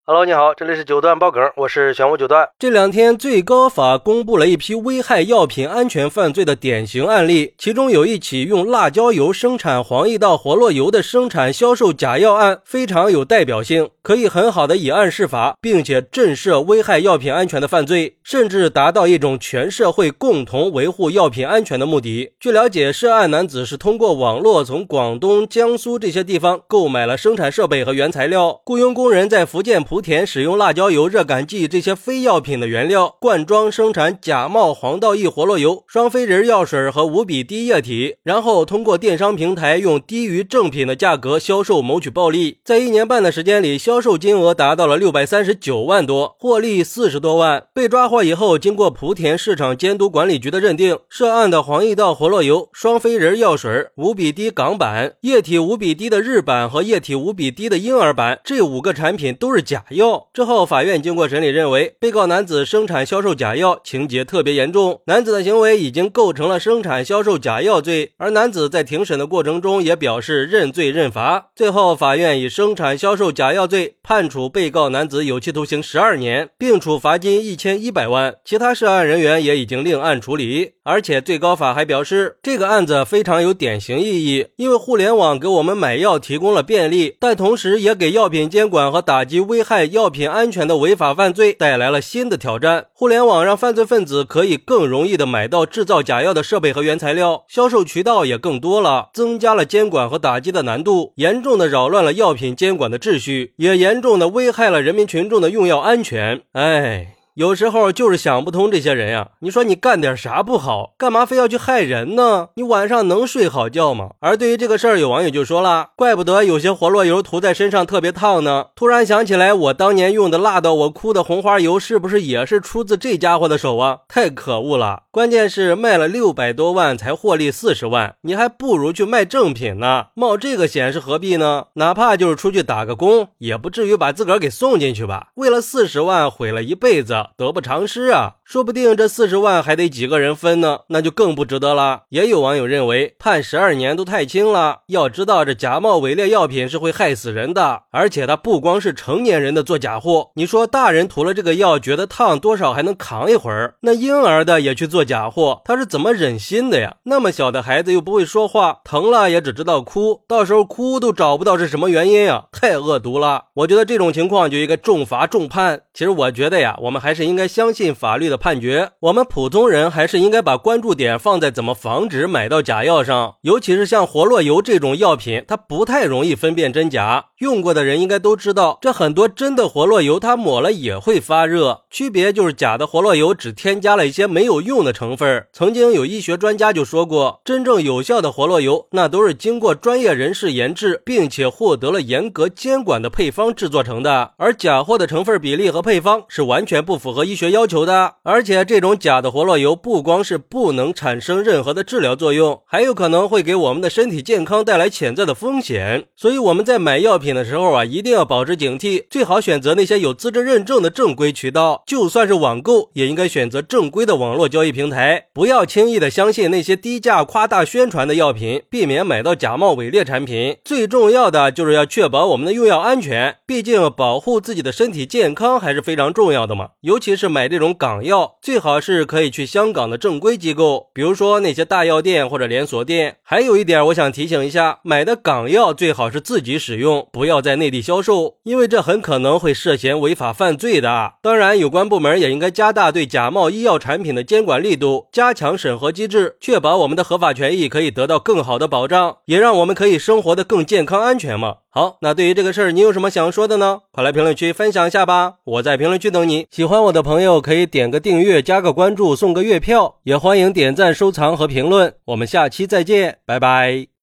Hello， 你好，这里是九段爆梗，我是玄武九段。这两天，最高法公布了一批危害药品安全犯罪的典型案例，其中有一起用辣椒油生产黄驿道活络油的生产销售假药案，非常有代表性，可以很好的以案释法，并且震慑危害药品安全的犯罪，甚至达到一种全社会共同维护药品安全的目的。据了解，涉案男子是通过网络从广东、江苏这些地方购买了生产设备和原材料，雇佣工人在福建莆田使用辣椒油、热感剂这些非药品的原料，灌装生产假冒黄道益活络油、双飞人药水和无比滴液体，然后通过电商平台用低于正品的价格销售，谋取暴利。在1年半的时间里，销售金额达到了639万多，获利40多万。被抓获以后，经过莆田市场监督管理局的认定，涉案的黄驿道活络油、双飞人药水、无比滴港版、液体无比滴的日版和液体无比滴的婴儿版这5个产品都是假药。之后法院经过审理认为，被告男子生产销售假药情节特别严重，男子的行为已经构成了生产销售假药罪，而男子在庭审的过程中也表示认罪认罚。最后法院以生产销售假药罪判处被告男子有期徒刑12年，并处罚金1100万，其他涉案人员也已经另案处理。而且最高法还表示，这个案子非常有典型意义，因为互联网给我们买药提供了便利，但同时也给药品监管和打击危害药品安全的违法犯罪带来了新的挑战。互联网让犯罪分子可以更容易的买到制造假药的设备和原材料，销售渠道也更多了，增加了监管和打击的难度，严重的扰乱了药品监管的秩序，也严重的危害了人民群众的用药安全。有时候就是想不通这些人呀，你说你干点啥不好，干嘛非要去害人呢？你晚上能睡好觉吗？而对于这个事儿，有网友就说了，怪不得有些活络油涂在身上特别烫呢。突然想起来，我当年用的辣到我哭的红花油是不是也是出自这家伙的手啊？太可恶了！关键是卖了600多万才获利40万，你还不如去卖正品呢，冒这个险是何必呢？哪怕就是出去打个工，也不至于把自个儿给送进去吧？为了40万毁了一辈子，得不偿失啊！说不定这40万还得几个人分呢，那就更不值得了。也有网友认为判12年都太轻了，要知道这假冒伪劣药品是会害死人的，而且它不光是成年人的做假货，你说大人涂了这个药觉得烫，多少还能扛一会儿，那婴儿的也去做假货，他是怎么忍心的呀？那么小的孩子又不会说话，疼了也只知道哭，到时候哭都找不到是什么原因啊，太恶毒了。我觉得这种情况就应该重罚重判。其实我觉得呀，我们还是应该相信法律的判决，我们普通人还是应该把关注点放在怎么防止买到假药上，尤其是像活络油这种药品，它不太容易分辨真假，用过的人应该都知道，这很多真的活络油它抹了也会发热，区别就是假的活络油只添加了一些没有用的成分。曾经有医学专家就说过，真正有效的活络油那都是经过专业人士研制并且获得了严格监管的配方制作成的，而假货的成分比例和配方是完全不符合医学要求的。而且这种假的活络油不光是不能产生任何的治疗作用，还有可能会给我们的身体健康带来潜在的风险。所以我们在买药品的时候啊，一定要保持警惕，最好选择那些有资质认证的正规渠道，就算是网购也应该选择正规的网络交易平台，不要轻易的相信那些低价夸大宣传的药品，避免买到假冒伪劣产品。最重要的就是要确保我们的用药安全，毕竟保护自己的身体健康还是非常重要的嘛。尤其是买这种港药，最好是可以去香港的正规机构，比如说那些大药店或者连锁店。还有一点我想提醒一下，买的港药最好是自己使用，不要在内地销售，因为这很可能会涉嫌违法犯罪的。当然有关部门也应该加大对假冒医药产品的监管力度，加强审核机制，确保我们的合法权益可以得到更好的保障，也让我们可以生活得更健康安全嘛。好，那对于这个事儿你有什么想说的呢？快来评论区分享一下吧，我在评论区等你。喜欢我的朋友可以点个订阅，加个关注，送个月票，也欢迎点赞收藏和评论。我们下期再见，拜拜。